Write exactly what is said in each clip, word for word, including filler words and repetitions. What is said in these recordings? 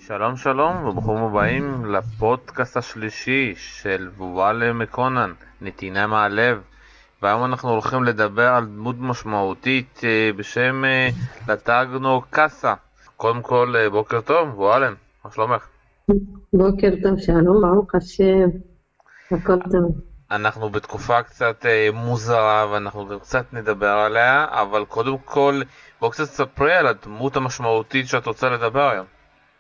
שלום שלום וברוכים הבאים לפודקאסט השלישי של וואלה מקונן, נתינה מהלב. והיום אנחנו הולכים לדבר על דמות משמעותית אה, בשם אה, לטגנו קאסה. קודם כל אה, בוקר טוב וואלה, מה שלומך? בוקר טוב, שלום, ברוך השם, הכל טוב. אנחנו בתקופה קצת אה, מוזרה ואנחנו גם קצת נדבר עליה, אבל קודם כל בואו קצת ספרי על הדמות המשמעותית שאת רוצה לדבר היום.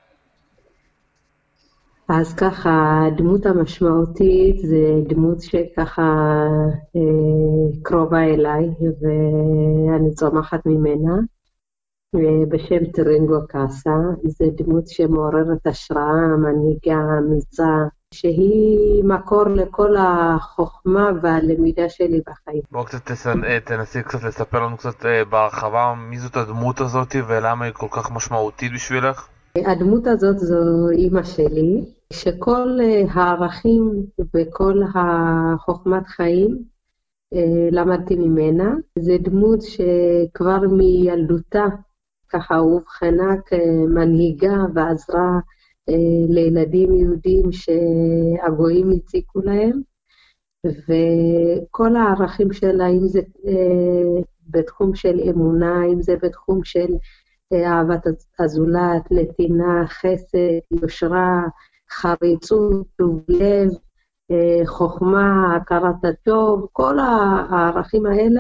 אז ככה, הדמות המשמעותית זה דמות שככה אה, קרובה אליי, ואני צומחת ממנה, אה, בשם טרינגו קאסה. זה דמות שמעוררת השראה, מנהיגה, אמיצה, שהיא מקור לכל החוכמה והלמידה שלי בחיים. בואו קצת תסנ- אה, תנסי קצת לספר לנו קצת אה, בהרחבה מי זאת הדמות הזאת ולמה היא כל כך משמעותית בשבילך. הדמות הזאת זו אימא שלי, שכל אה, הערכים וכל החוכמת חיים אה, למדתי ממנה. זו דמות שכבר מילדותה ככה אובחנה כמנהיגה ועזרה אה, לילדים יהודים שהגויים הציקו להם, וכל הערכים שלה, אם זה אה, בתחום של אמונה, אם זה בתחום של אהבת הזולת, נתינה, חסד, יושרה, חריצות, טוב לב, חוכמה, הכרת הטוב, כל הערכים האלה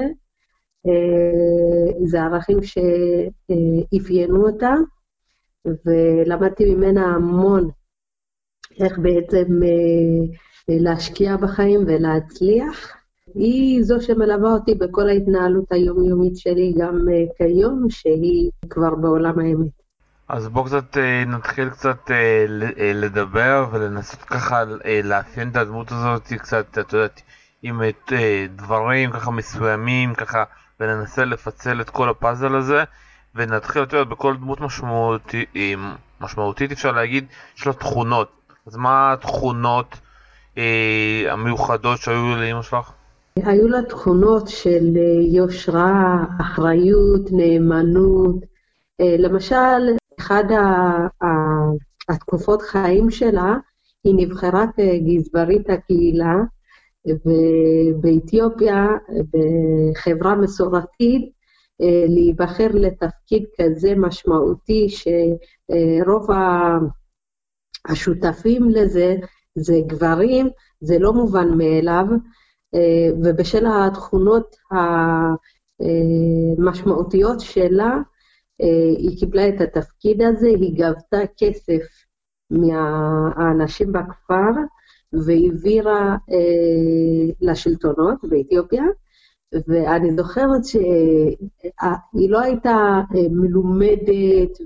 זה ערכים שאפיינו אותה, ולמדתי ממנה המון איך בעצם להשקיע בחיים ולהצליח. היא זו שמלווה אותי בכל ההתנהלות היומיומית שלי, גם uh, כיום שהיא כבר בעולם האמת. אז בואו קצת אה, נתחיל קצת אה, ל- אה, לדבר ולנסות ככה אה, לאפיין את הדמות הזאת קצת, את יודעת, עם את, אה, דברים ככה מסוימים ככה, וננסה לפצל את כל הפאזל הזה, ונתחיל את יודעת, בכל דמות משמעותית, משמעותית אפשר להגיד, יש לה תכונות. אז מה התכונות אה, המיוחדות שהיו לאמא שלך? היו לה תכונות של uh, יושרה, אחריות, נאמנות. Uh, למשל, אחד ה- ה- התקופות חיים שלה, היא נבחרה כגזברית הקהילה, ובאתיופיה, בחברה מסורתית, להיבחר לתפקיד כזה משמעותי, שרוב השותפים לזה זה גברים, זה לא מובן מאליו, ובשל התכונות המשמעותיות שלה, היא קיבלה את התפקיד הזה, היא גבתה כסף מהאנשים בכפר, והעבירה אה, לשלטונות באתיופיה, ואני זוכרת שהיא לא הייתה מלומדת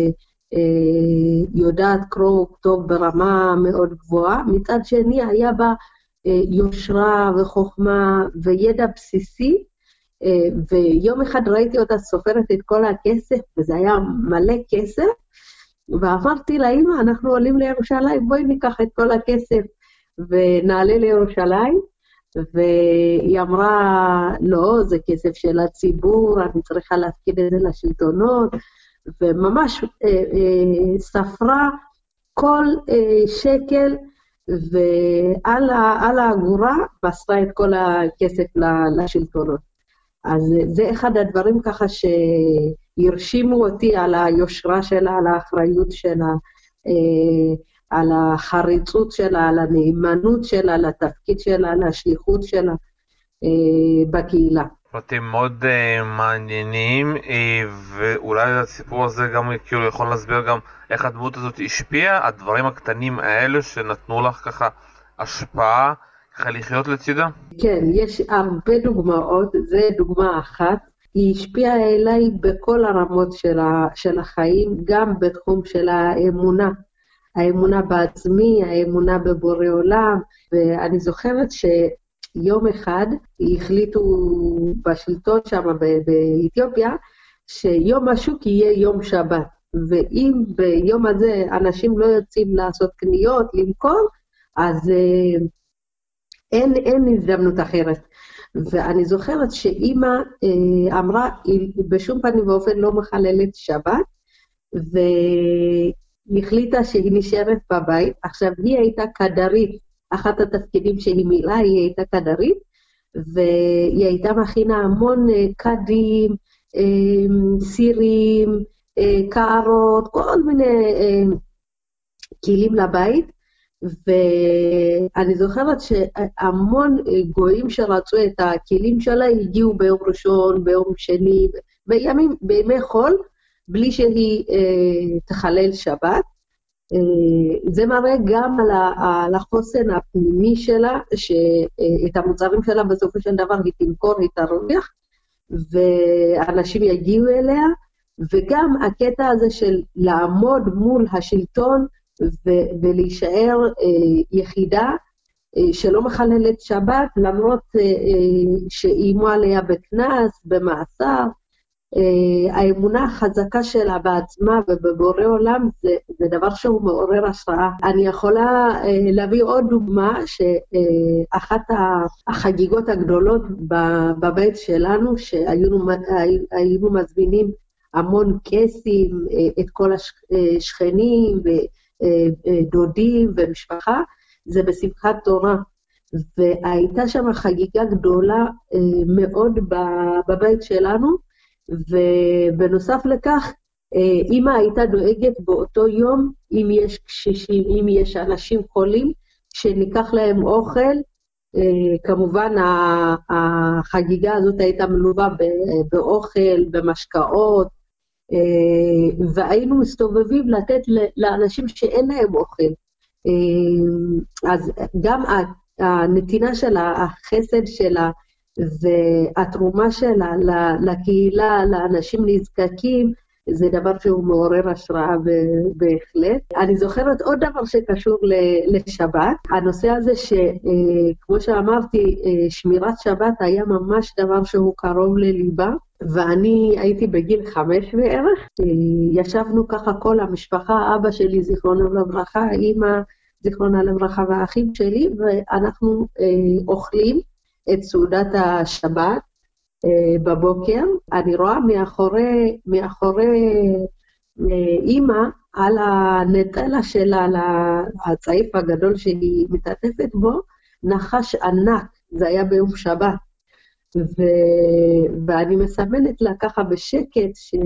ויודעת קרוא וכתוב ברמה מאוד גבוהה, מצד שני היה בה יושרה וחוכמה וידע בסיסי, ויום אחד ראיתי אותה סופרת את כל הכסף, וזה היה מלא כסף, ואמרתי לה, אמא, אנחנו עולים לירושלים, בואי ניקח את כל הכסף ונעלה לירושלים. והיא אמרה, לא, זה כסף של הציבור, אני צריכה להפקיד את זה לשלטונות, וממש אה, אה, ספרה כל אה, שקל, ועל על האגורה מסרה את כל הכסף לשלטונות. אז זה אחד הדברים ככה שירשימו אותי על היושרה שלה, על האחריות שלה, אה, על החריצות שלה, על הנאמנות שלה, על התפקיד שלה, על השליחות שלה אה, בקהילה. פרטים מאוד uh, מעניינים, uh, ואולי הסיפור הזה גם כאילו יכול להסביר גם איך הדמות הזאת השפיעה, הדברים הקטנים האלה שנתנו לך ככה השפעה, ככה לחיות לצידה? כן, יש הרבה דוגמאות, זה דוגמה אחת. היא השפיעה אליי בכל הרמות של, ה, של החיים, גם בתחום של האמונה. האמונה בעצמי, האמונה בבורא עולם, ואני זוכרת שיום אחד החליטו בשלטון שם באתיופיה, שיום השוק יהיה יום שבת, ואם ביום הזה אנשים לא יוצאים לעשות קניות, למכור, אז אין, אין הזדמנות אחרת. ואני זוכרת שאימא אמרה, היא בשום פנים ואופן לא מחללת שבת, ו... היא החליטה שהיא נשארת בבית. עכשיו, היא הייתה קדרית, אחת התפקידים שהיא מילאה, היא הייתה קדרית, והיא הייתה מכינה המון קדים, סירים, קערות, כל מיני כלים לבית, ואני זוכרת שהמון גויים שרצו את הכלים שלה, הגיעו ביום ראשון, ביום שני, בימים, בימי חול, בלי שהיא תחלל שבת. זה מראה גם על החוסן הפנימי שלה, שאת המוצרים שלה בסופו של דבר היא תמכור, היא תרוויח, ואנשים יגיעו אליה, וגם הקטע הזה של לעמוד מול השלטון, ולהישאר יחידה שלא מחללת שבת, למרות שאיימו עליה בכנס, במאסר. האמונה החזקה שלה בעצמה ובבורא עולם זה, זה דבר שהוא מעורר השראה. אני יכולה להביא עוד דוגמה שאחת החגיגות הגדולות בבית שלנו, שהיינו מזמינים המון קייסים, את כל השכנים ודודים ומשפחה, זה בשמחת תורה. והייתה שם חגיגה גדולה מאוד בבית שלנו, ובנוסף לכך, אמא הייתה דואגת באותו יום, אם יש קשישים, אם יש אנשים חולים, שניקח להם אוכל. כמובן החגיגה הזאת הייתה מלווה באוכל, במשקאות, והיינו מסתובבים לתת לאנשים שאין להם אוכל. אז גם הנתינה שלה, החסד שלה, והתרומה שלה לקהילה, לאנשים נזקקים, זה דבר שהוא מעורר השראה בהחלט. אני זוכרת עוד דבר שקשור לשבת, הנושא הזה שכמו שאמרתי, שמירת שבת היה ממש דבר שהוא קרוב לליבה, ואני הייתי בגיל חמש בערך, ישבנו ככה כל המשפחה, אבא שלי זיכרונו לברכה, אמא זיכרונה לברכה והאחים שלי, ואנחנו אוכלים את סעודת השבת בבוקר. אני רואה מאחורי, מאחורי אמא, על הנטלה שלה, על הצעיף הגדול שהיא מתעטפת בו, נחש ענק, זה היה ביום שבת. ו... ואני מסמנת לה ככה בשקט ש...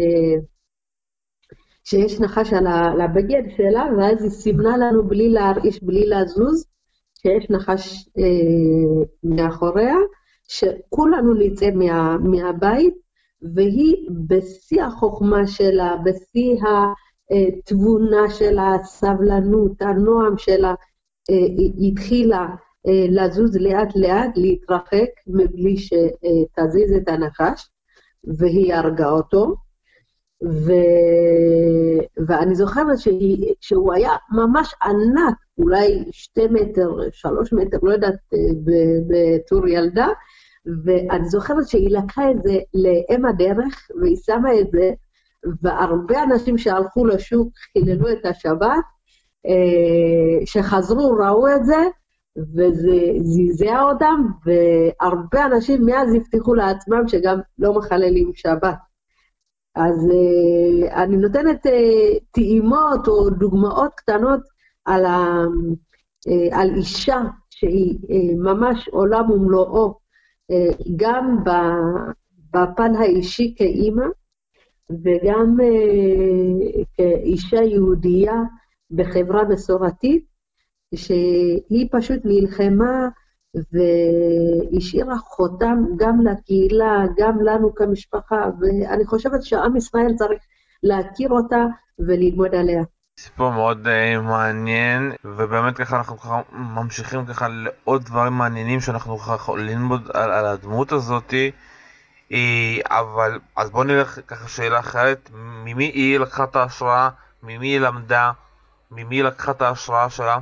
שיש נחש על הבגד שלה, ואז היא סימנה לנו בלי להרעיש, בלי לזוז, שיש נחש אה, מאחוריה, שכולנו נצא מה, מהבית, והיא בשיא החוכמה שלה, בשיא התבונה שלה, הסבלנות, הנועם שלה, אה, היא התחילה אה, לזוז לאט לאט, להתרחק מבלי שתזיז את הנחש, והיא הרגה אותו. ו... ואני זוכרת שהיא, שהוא היה ממש ענק, אולי שתי מטר, שלוש מטר, לא יודעת, בתור ילדה, ואני זוכרת שהיא לקחה את זה לאם הדרך, והיא שמה את זה, והרבה אנשים שהלכו לשוק חיללו את השבת, שחזרו, ראו את זה, וזה זיזע אותם, והרבה אנשים מאז הבטיחו לעצמם שגם לא מחללים שבת. אז uh, אני נותנת uh, טעימות או דוגמאות קטנות על, ה, uh, על אישה שהיא uh, ממש עולם ומלואו, uh, גם בפן האישי כאימא, וגם uh, כאישה יהודייה בחברה מסורתית, שהיא פשוט נלחמה והשאירה חותם גם לקהילה, גם לנו כמשפחה, ואני חושבת שעם ישראל צריך להכיר אותה וללמוד עליה. סיפור מאוד uh, מעניין, ובאמת ככה אנחנו ככה ממשיכים ככה לעוד דברים מעניינים שאנחנו ככה ללמוד על, על הדמות הזאת, uh, אבל אז בואו נלך ככה שאלה אחרת, ממי היא לקחה את ההשראה, ממי היא למדה, ממי היא לקחה את ההשראה שלה?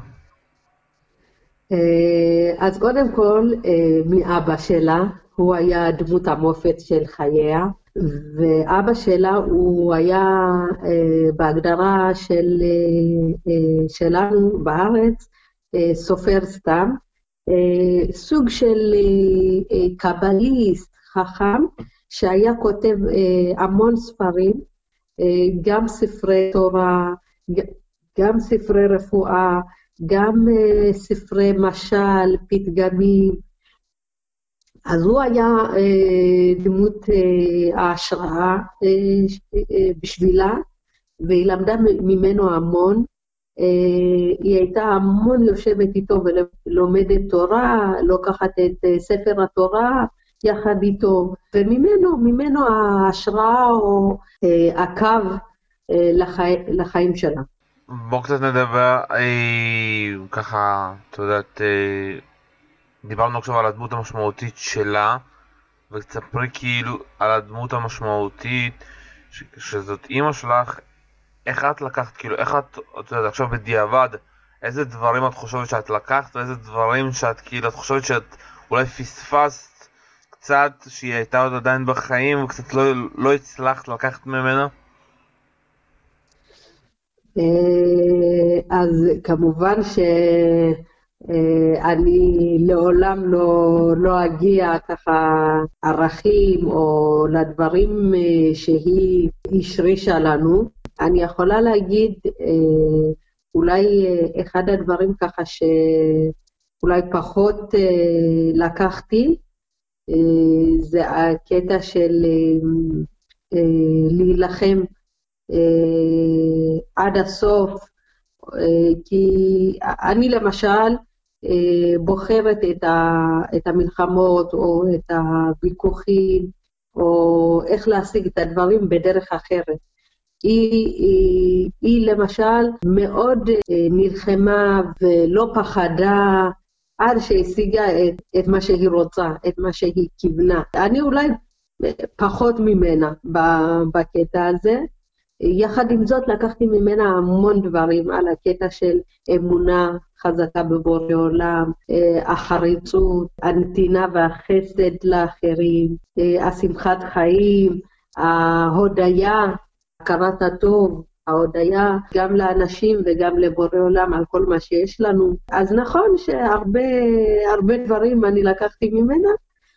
אז קודם כל, מאבא שלה, הוא היה דמות המופת של חייה, ואבא שלה הוא היה בהגדרה של, שלנו בארץ, סופר סתם, סוג של קבליסט חכם, שהיה כותב המון ספרים, גם ספרי תורה, גם ספרי רפואה, גם uh, ספרי משל, פתגמים. אז הוא היה uh, דמות uh, ההשראה uh, uh, בשבילה, והיא למדה ממנו המון. Uh, היא הייתה המון יושבת איתו ולומדת תורה, לוקחת את uh, ספר התורה יחד איתו, וממנו ממנו ההשראה או uh, הקו uh, לחי, לחיים שלה. בואו קצת נדבר, אה, ככה, אתה יודעת, אה, דיברנו עכשיו על הדמות המשמעותית שלה, ותספרי כאילו על הדמות המשמעותית, ש, שזאת אימא שלך, איך את לקחת, כאילו, איך את, את יודעת, עכשיו בדיעבד, איזה דברים את חושבת שאת לקחת, ואיזה דברים שאת, כאילו, את חושבת שאת אולי פספסת קצת, שהיא הייתה עוד עדיין בחיים, וקצת לא, לא הצלחת לקחת ממנה? אז כמובן שאני לעולם לא, לא אגיע ככה ערכים או לדברים שהיא השרישה לנו. אני יכולה להגיד אולי אחד הדברים ככה שאולי פחות לקחתי, זה הקטע של להילחם עד הסוף, כי אני למשל בוחרת את, ה, את המלחמות או את הוויכוחים או איך להשיג את הדברים בדרך אחרת. היא, היא, היא למשל מאוד נלחמה ולא פחדה עד שהשיגה את, את מה שהיא רוצה, את מה שהיא כיוונה. אני אולי פחות ממנה בקטע הזה. יחד עם זאת לקחתי ממנה המון דברים על הקטע של אמונה חזקה בבורא עולם, החריצות, הנתינה והחסד לאחרים, השמחת חיים, ההודיה, הכרת הטוב, ההודיה גם לאנשים וגם לבורא עולם על כל מה שיש לנו. אז נכון שהרבה הרבה דברים אני לקחתי ממנה,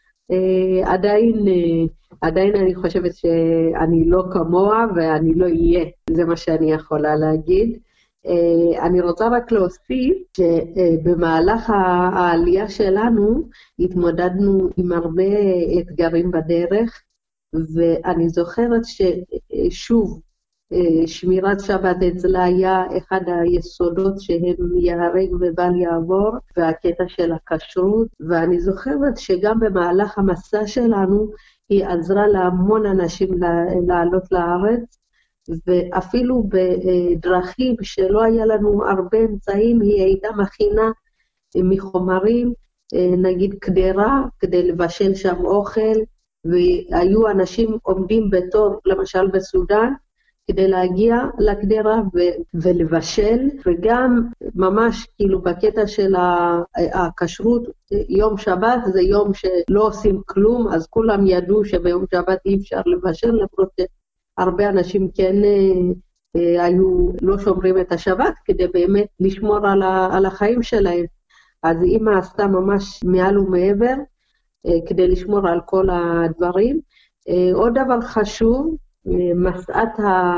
עדיין עדיין אני חושבת שאני לא כמוה ואני לא אהיה, זה מה שאני יכולה להגיד. אני רוצה רק להוסיף שבמהלך העלייה שלנו התמודדנו עם הרבה אתגרים בדרך, ואני זוכרת ששוב שמירת שבת אצלה היה אחד היסודות שהם יהרג ובל יעבור, והקטע של הכשרות, ואני זוכרת שגם במהלך המסע שלנו היא עזרה להמון אנשים לעלות לארץ, ואפילו בדרכים שלא היה לנו הרבה אמצעים, היא הייתה מכינה מחומרים, נגיד קדרה, כדי לבשל שם אוכל, והיו אנשים עומדים בתור, למשל בסודן, כדי להגיע לקדרה ו- ולבשל, וגם ממש כאילו בקטע של הכשרות, יום שבת זה יום שלא עושים כלום, אז כולם ידעו שביום שבת אי אפשר לבשל, למרות שהרבה אנשים כן אה, היו לא שומרים את השבת, כדי באמת לשמור על, ה- על החיים שלהם. אז אמא עשתה ממש מעל ומעבר, אה, כדי לשמור על כל הדברים. אה, עוד דבר חשוב, מסעת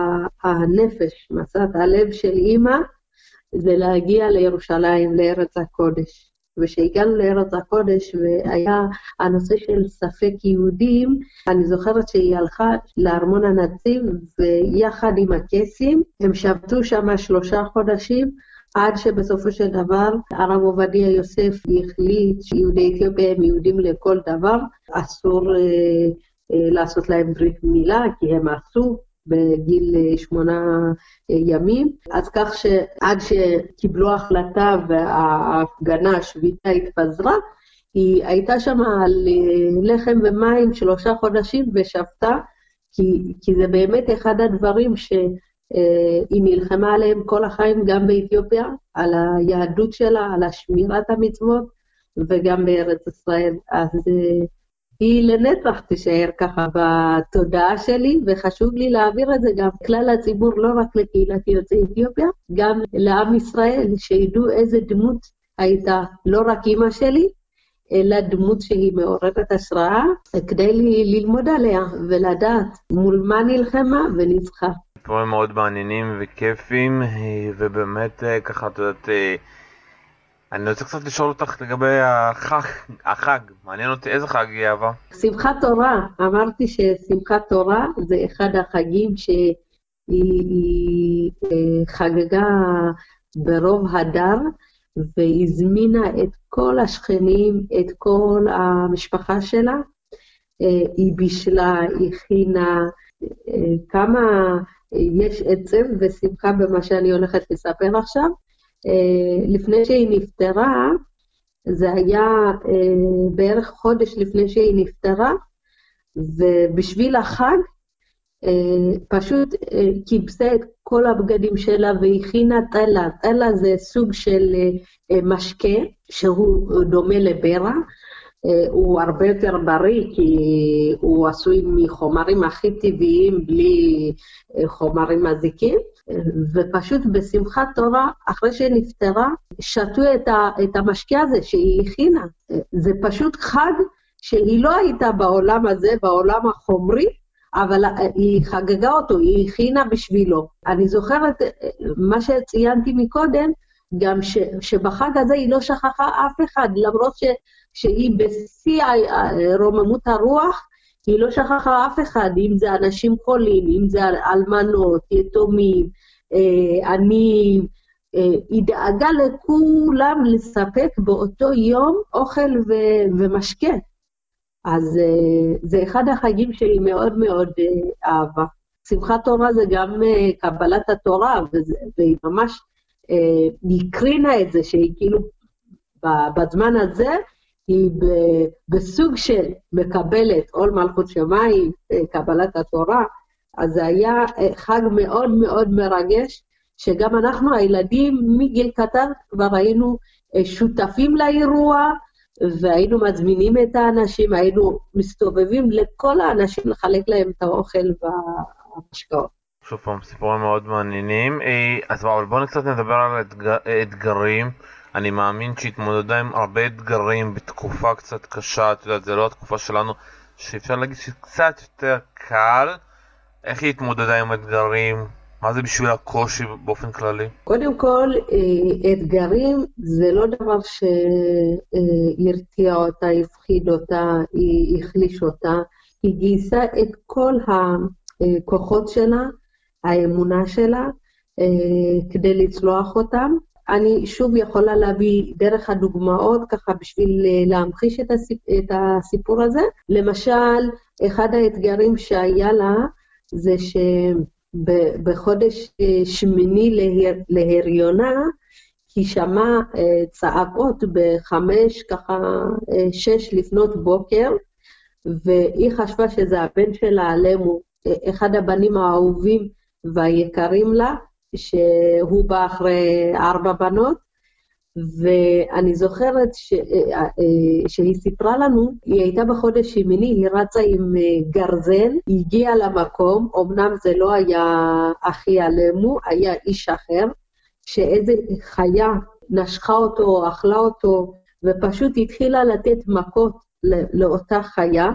הנפש, מסעת הלב של אמא, זה להגיע לירושלים, לארץ הקודש. ושהגענו לארץ הקודש והיה הנושא של ספק יהודים, אני זוכרת שהיא הלכה לארמון הנציב, ויחד עם הקייסים, הם שבתו שם שלושה חודשים, עד שבסופו של דבר הרב עובדיה יוסף החליט שיהודי אתיופיה הם יהודים לכל דבר, אסור לעשות להם ברית מילה, כי הם עשו בגיל שמונה ימים. אז כך שעד שקיבלו החלטה וההפגנה, השביתה התפזרה, היא הייתה שם על לחם ומים שלושה חודשים ושבתה, כי, כי זה באמת אחד הדברים שהיא נלחמה עליהם כל החיים, גם באתיופיה, על היהדות שלה, על השמירת המצוות, וגם בארץ ישראל. אז היא לנצח תישאר ככה בתודעה שלי, וחשוב לי להעביר את זה גם כלל הציבור, לא רק לקהילת יוצאי אתיופיה, גם לעם ישראל, שידעו איזה דמות הייתה, לא רק אמא שלי, אלא דמות שהיא מעוררת השראה, כדי ללמוד עליה ולדעת מול מה נלחמה וניצחה. סיפורים מאוד מעניינים וכיפים, ובאמת ככה, את יודעת, אני רוצה קצת לשאול אותך לגבי החג, החג, מעניין אותי איזה חג היא אהבה? שמחת תורה, אמרתי ששמחת תורה זה אחד החגים שהיא היא, אה, חגגה ברוב הדר, והזמינה את כל השכנים, את כל המשפחה שלה. אה, היא בישלה, היא הכינה, אה, כמה יש עצב ושמחה במה שאני הולכת לספר עכשיו. אה, לפני שהיא נפטרה, זה היה אה, בערך חודש לפני שהיא נפטרה, ובשביל החג אה, פשוט אה, קיבסה את כל הבגדים שלה והכינה טלה. טלה זה סוג של אה, משקה שהוא דומה לבירה, אה, הוא הרבה יותר בריא כי הוא עשוי מחומרים הכי טבעיים בלי אה, חומרים מזיקים, אה, ופשוט בשמחת תורה אחרי שהיא נפטרה שתו את, ה, את המשקה הזה שהיא הכינה. אה, זה פשוט חג שהיא לא הייתה בעולם הזה, בעולם החומרי, אבל היא חגגה אותו, היא הכינה בשבילו. אני זוכרת מה שציינתי מקודם, גם ש, שבחג הזה היא לא שכחה אף אחד, למרות ש, שהיא בשיא רוממות הרוח, היא לא שכחה אף אחד, אם זה אנשים חולים, אם זה אלמנות, יתומים, עניים, היא דאגה לכולם לספק באותו יום אוכל ו, ומשקה. אז זה אחד החגים שהיא מאוד מאוד אהבה. שמחת תורה זה גם קבלת התורה, והיא ממש הקרינה את זה, שהיא כאילו בזמן הזה, היא בסוג של מקבלת עול מלכות שמיים, קבלת התורה. אז זה היה חג מאוד מאוד מרגש, שגם אנחנו הילדים מגיל קטן כבר היינו שותפים לאירוע, והיינו מזמינים את האנשים, היינו מסתובבים לכל האנשים לחלק להם את האוכל והמשקאות. שוב פעם, סיפורים מאוד מעניינים. אז אבל בואו קצת נדבר על אתגרים. אני מאמין שהתמודדה עם הרבה אתגרים בתקופה קצת קשה, את יודעת, זה לא התקופה שלנו, שאפשר להגיד שקצת יותר קל. איך היא התמודדה עם אתגרים? מה זה בשביל הקושי באופן כללי? קודם כל, אתגרים זה לא דבר שהרתיע אותה, הפחיד אותה, החליש אותה. היא גייסה את כל הכוחות שלה, האמונה שלה, כדי לצלוח אותם. אני שוב יכולה להביא דרך הדוגמאות ככה בשביל להמחיש את הסיפור הזה. למשל, אחד האתגרים שהיה לה זה ש... בחודש שמיני להריונה, היא שמעה צעקות בחמש, ככה שש לפנות בוקר, והיא חשבה שזה הבן שלה, עלמו, אחד הבנים האהובים והיקרים לה, שהוא בא אחרי ארבע בנות, ואני זוכרת ש... שהיא סיפרה לנו, היא הייתה בחודש שמיני, היא רצה עם גרזן, היא הגיעה למקום, אמנם זה לא היה אחי עלמו, היה איש אחר, שאיזה חיה נשכה אותו, אכלה אותו, ופשוט התחילה לתת מכות לאותה חיה,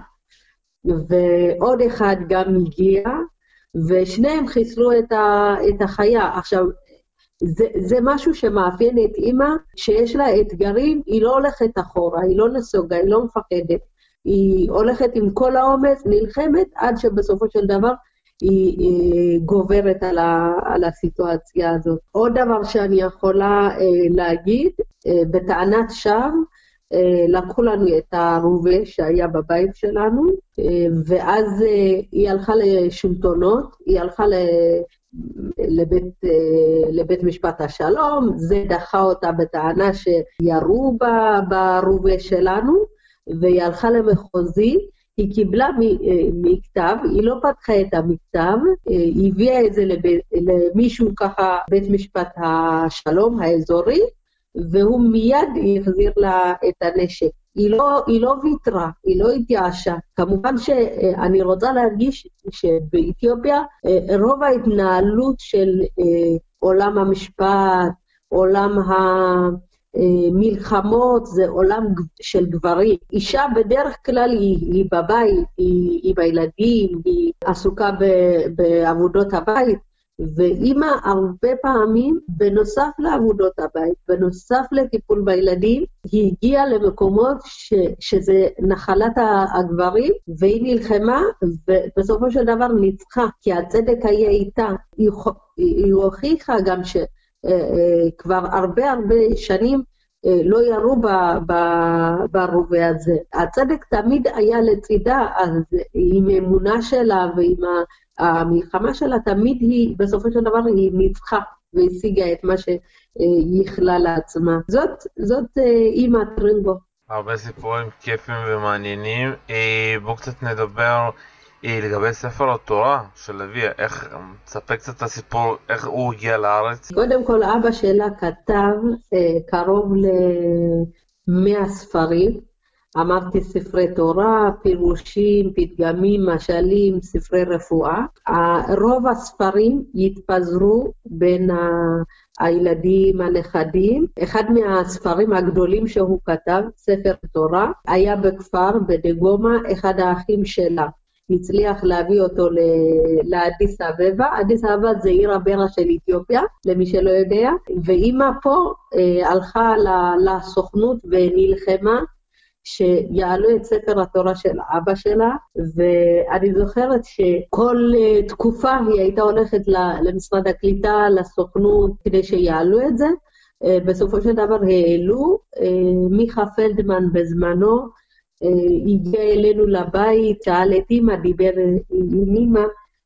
ועוד אחד גם הגיע, ושניהם חיסלו את, ה... את החיה. עכשיו, זה, זה משהו שמאפיין את אמא, שיש לה אתגרים, היא לא הולכת אחורה, היא לא נסוגה, היא לא מפחדת, היא הולכת עם כל האומץ, נלחמת, עד שבסופו של דבר היא, היא גוברת על, ה, על הסיטואציה הזאת. עוד דבר שאני יכולה אה, להגיד, אה, בטענת שווא, אה, לקחו לנו את הרובה שהיה בבית שלנו, אה, ואז אה, היא הלכה לשלטונות, היא הלכה ל... לבית, לבית משפט השלום, זה דחה אותה בטענה שירו ברובה שלנו, והיא הלכה למחוזי, היא קיבלה מכתב, היא לא פתחה את המכתב, היא הביאה את זה לבית, למישהו ככה, בית משפט השלום האזורי, והוא מיד החזיר לה את הנשק. היא לא, היא לא ויתרה, היא לא התייאשה. כמובן שאני רוצה להרגיש שבאתיופיה רוב ההתנהלות של עולם המשפט, עולם המלחמות, זה עולם של גברים. אישה בדרך כלל היא, היא בבית, היא, היא בילדים, היא עסוקה בעבודות הבית, ואימא הרבה פעמים, בנוסף לעבודות הבית, בנוסף לטיפול בילדים, היא הגיעה למקומות ש, שזה נחלת הגברים, והיא נלחמה, ובסופו של דבר ניצחה, כי הצדק היה איתה. היא, היא הוכיחה גם שכבר הרבה הרבה שנים, לא ירו ברובה הזה. הצדק תמיד היה לצידה, אז עם אמונה שלה ועם המלחמה שלה, תמיד היא, בסופו של דבר, היא ניצחה והשיגה את מה שהיא יכלה לעצמה. זאת, זאת אימא טרינגו. הרבה סיפורים כיפים ומעניינים. בואו קצת נדבר לגבי ספר התורה של אביה. איך, תספר קצת את הסיפור, איך הוא הגיע לארץ? קודם כל, אבא שלה כתב קרוב ל-מאה ספרים. אמרתי ספרי תורה, פירושים, פתגמים, משלים, ספרי רפואה. רוב הספרים התפזרו בין הילדים, הנכדים. אחד מהספרים הגדולים שהוא כתב, ספר תורה, היה בכפר, בדגומה, אחד האחים שלה. הצליח להביא אותו לאדיס אבבה. אדיס אבבה זה עיר הבירה של אתיופיה, למי שלא יודע. ואימא פה אה, הלכה לסוכנות ונלחמה, שיעלו את ספר התורה של אבא שלה, ואני זוכרת שכל תקופה היא הייתה הולכת למשרד הקליטה, לסוכנות, כדי שיעלו את זה. בסופו של דבר העלו, מיכה פלדמן בזמנו, הגיע אלינו לבית, שאל את אמא, דיבר עם אמא,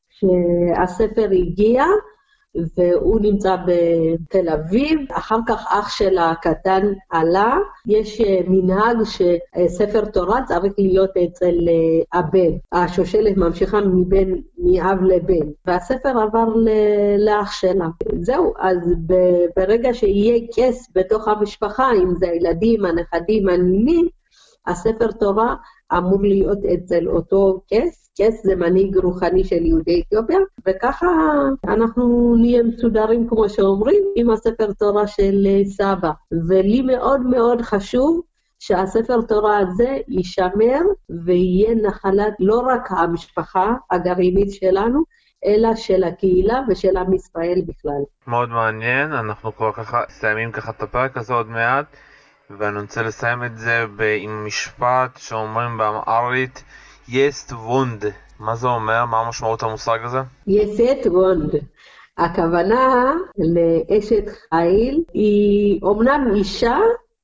שהספר הגיע, והוא נמצא בתל אביב. אחר כך אח שלה הקטן עלה. יש מנהג שספר תורה צריך להיות אצל הבן. השושלת ממשיכה מבן, מאב לבן. והספר עבר לאח שלה. זהו, אז ברגע שיהיה כס בתוך המשפחה, אם זה הילדים, הנכדים, הנינים, הספר תורה אמור להיות אצל אותו כס. כס זה מנהיג רוחני של יהודי אתיופיה, וככה אנחנו נהיה מסודרים, כמו שאומרים, עם הספר תורה של סבא. ולי מאוד מאוד חשוב שהספר תורה הזה יישמר ויהיה נחלת לא רק המשפחה הגרעינית שלנו, אלא של הקהילה ושל עם ישראל בכלל. מאוד מעניין. אנחנו כבר ככה מסיימים ככה את הפרק הזה עוד מעט, ואני רוצה לסיים את זה עם משפט שאומרים באמהרית, יסט וונד. מה זה אומר? מה המשמעות המושג הזה? יסט וונד. הכוונה לאשת חיל, היא אומנם אישה,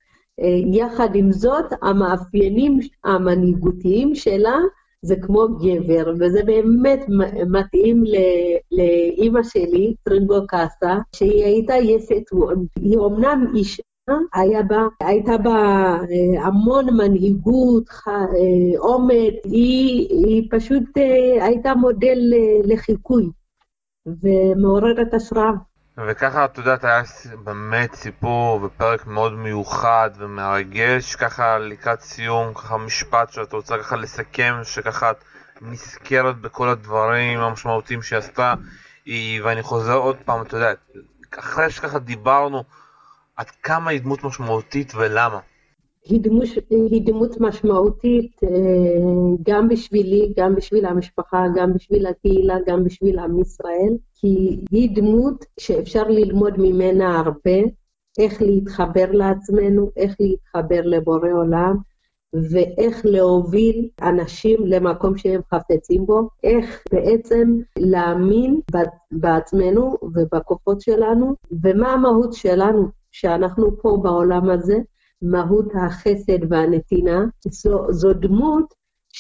יחד עם זאת המאפיינים המנהיגותיים שלה זה כמו גבר, וזה באמת מתאים לאמא שלי, טרינגו קאסה, שהיא הייתה יסט וונד. היא אומנם אישה, היה בה, הייתה בה המון מנהיגות, אומץ, היא, היא פשוט הייתה מודל לחיקוי ומעוררת השראה. וככה את יודעת, היה באמת סיפור ופרק מאוד מיוחד ומרגש, ככה לקראת סיום, ככה משפט שאת רוצה ככה לסכם, שככה את נזכרת בכל הדברים המשמעותיים שעשתה, ואני חוזר עוד פעם, את יודעת, אחרי שככה דיברנו, עד כמה היא דמות משמעותית ולמה? היא דמות, היא דמות משמעותית גם בשבילי, גם בשביל המשפחה, גם בשביל הקהילה, גם בשביל עם ישראל, כי היא דמות שאפשר ללמוד ממנה הרבה, איך להתחבר לעצמנו, איך להתחבר לבורא עולם, ואיך להוביל אנשים למקום שהם חפצים בו, איך בעצם להאמין בעצמנו ובכוחות שלנו, ומה המהות שלנו שאנחנו פה בעולם הזה, מהות החסד והנתינה. זו, זו דמות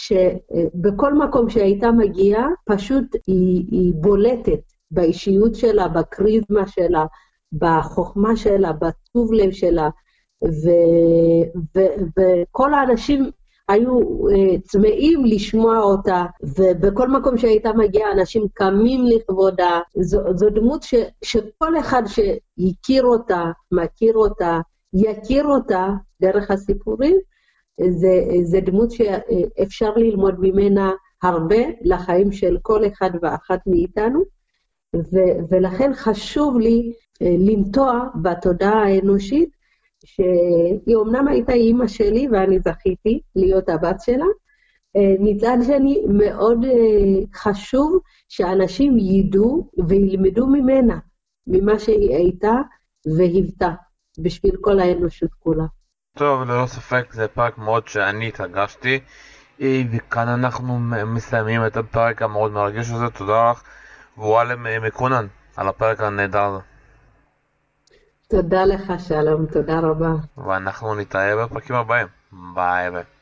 שבכל מקום שהייתה מגיעה, פשוט היא, היא בולטת באישיות שלה, בקריזמה שלה, בחוכמה שלה, בטוב לב שלה, ו, ו, וכל האנשים היו צמאים לשמוע אותה, ובכל מקום שהייתה מגיעה אנשים קמים לכבודה. זו, זו דמות ש, שכל אחד שהכיר אותה, מכיר אותה, יכיר אותה דרך הסיפורים, זה, זה דמות שאפשר ללמוד ממנה הרבה לחיים של כל אחד ואחת מאיתנו, ו, ולכן חשוב לי לנטוע בתודעה האנושית, שהיא אומנם הייתה אימא שלי ואני זכיתי להיות הבת שלה, אה, מצד שני, מאוד אה, חשוב שאנשים ידעו וילמדו ממנה, ממה שהיא הייתה והיוותה, בשביל כל האנושות כולה. טוב, ללא ספק זה פרק מאוד שאני התרגשתי, אה, וכאן אנחנו מ- מסיימים את הפרק המאוד מרגש הזה. תודה לך, וואלם מקונן, על הפרק הנהדר הזה. תודה לך, שלום, תודה רבה. ואנחנו נתראה בפרקים הבאים. ביי ביי.